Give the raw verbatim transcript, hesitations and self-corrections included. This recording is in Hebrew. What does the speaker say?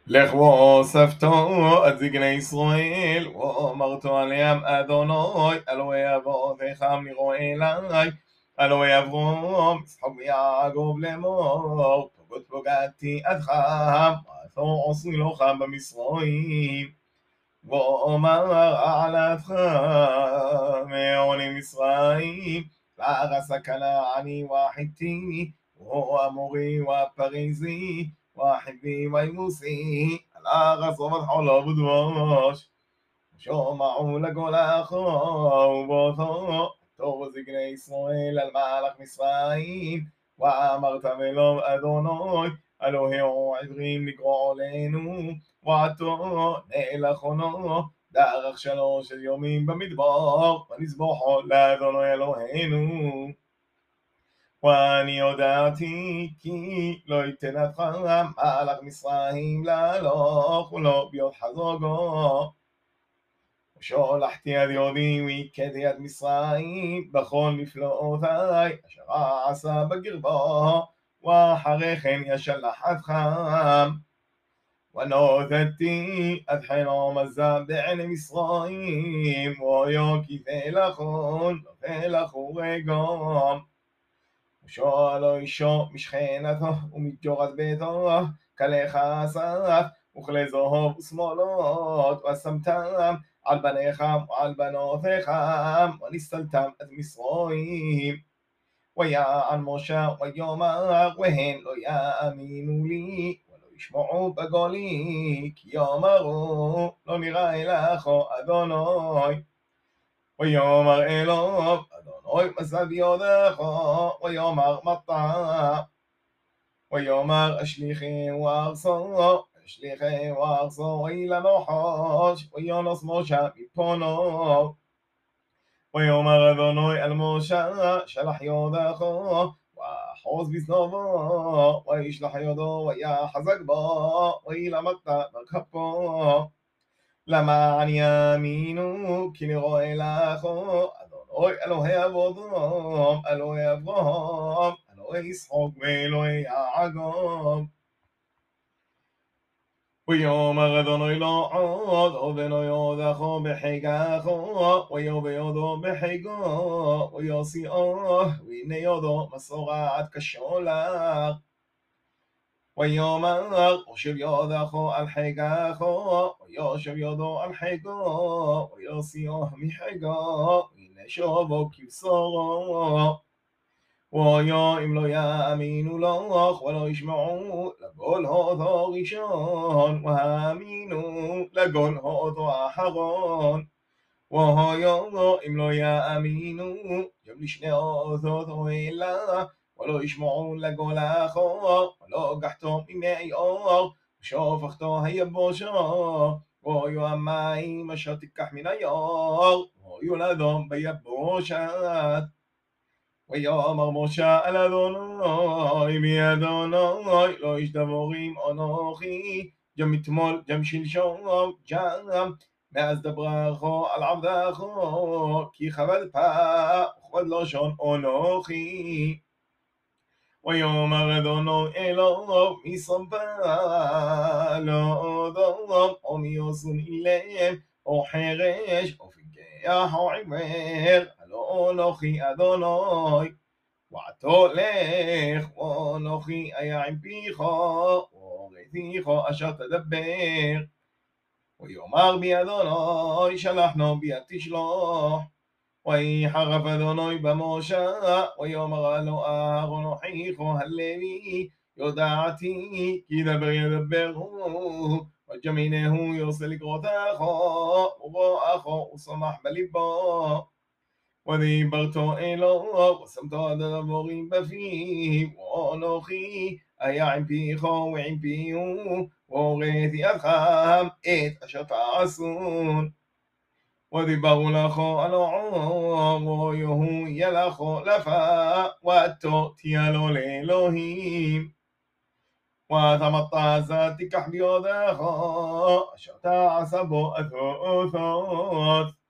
לך ואוספתו את זקני ישראל, ואמרתו עליהם אדוני, אלוהי אבותיכם נראו אלי, אלוהי אברהם, יצחק ויעקב לאמור, פגות פגעתי עדכם, ועשו עשוי לכם במצרים, ואומר העלתך מעולים מצרים, לארץ הכנעני והחיתי, והאמורי והפריזי, והחיבי והיבוסי, על הארץ זבת חלב ודבש. שמעו לגולך ובאותו תור זקני ישראל על מלך מצרים, ואמרת ולא אדוני אלוהינו עברים לקרוא עלינו, ועתו נאלחונו דרך שלוש יומים במדבר, ונזבחו לאדוני אלוהינו. ואני יודעתי כי לא ייתן אתכם מלך מצרים להלוך ולא ביות חזוגו. ושולחתי יד ידי והכיתי את מצרים בכל נפלאותיי אשר עשה בקרבו, ואחרי כן ישלח אתכם. ונודדתי את חינום הזב בעיני מצרים, ויהיו כי תלכון ותלכו רגום. ושאלו אישו משכנתו ומג'ורת ביתו כלי כסף וכלי זהב ושמאלות, ושמתם על בניכם ועל בנותיכם, ונסתלתם את מצרים. ויען משה ויאמר, והן לא יאמינו לי ולא ישמעו בקולי, כי יאמרו לא נראה לך אדוני. ויאמר אלוהים אדוני מסע בידך, ויאמר מטע. ויאמר אשליכי וארסו, אשליכי וארסו אל הנחש, וינוס משה מפונו. ויאמר אדוני אל משה, שלח ידך ואחוז בזנבו, וישלח ידו ויחזק בו, וילמדת בכפו. למען יאמינו כי נראה לך אדוני אלוהי אבותם, אלוהי אברהם, אלוהי יצחק ואלוהי יעקב. ויאמר אדוני לא עוד ובנו יודך בחיקך, ויהיו בידו בחיקו, ויושיעו והנה ידו מסורת כשולח. ויאמר הושיב ידך על חיקך, ויושב ידו על חיקו, ויושיעו מחיקו, והנה שובו כבשורו. והיה אם לא יאמינו לך ולא ישמעו לגול אותו ראשון, והאמינו לגול אותו אחרון. והיה אם לא יאמינו גם לשני אותות אלא, ולא ישמעו לגול אחר, ולא גחתו ממי אור, ושופכתו היבשה, והיו המים אשר תיקח מן היער, והיו לאדום ביבשת. ויאמר משה אל אדוני בי אדוני לא איש דבורים אנוכי, גם אתמול גם שלשום גם מאז דברך על עבדך, כי כבד פה וכבד לשון אנוכי. ויאמר אדוני אלוהו מי ספר לא אדם, או מי יוסון אילם או חרש או פיקח או עיוור, הלא אנוכי אדוני. ועתו לך ואנוכי אהיה עם פיך וראיתיך אשר תדבר. ויאמר בי אדוני שלחנו ביד תשלח. ויחרף אדוני במשה, ויאמר לו אהרון אחיך הלוי, יודעתי כי דבר ידבר הוא, וג'מינהו יעשה לקרותך וברואך ושמח בליבו. ודיברתו אלוהו ושמתו עד הדבורים בפיו, ואנוכי אהיה עם פיך ועם פיהו, והוריתי אתכם את אשר תעשון. ודיברו לכו על העור, ויהוא ילכו לפה, ואתו תהיה לו לאלוהים. ואת המטע הזה תיקח בידך, אשר תעשה בו את האותות.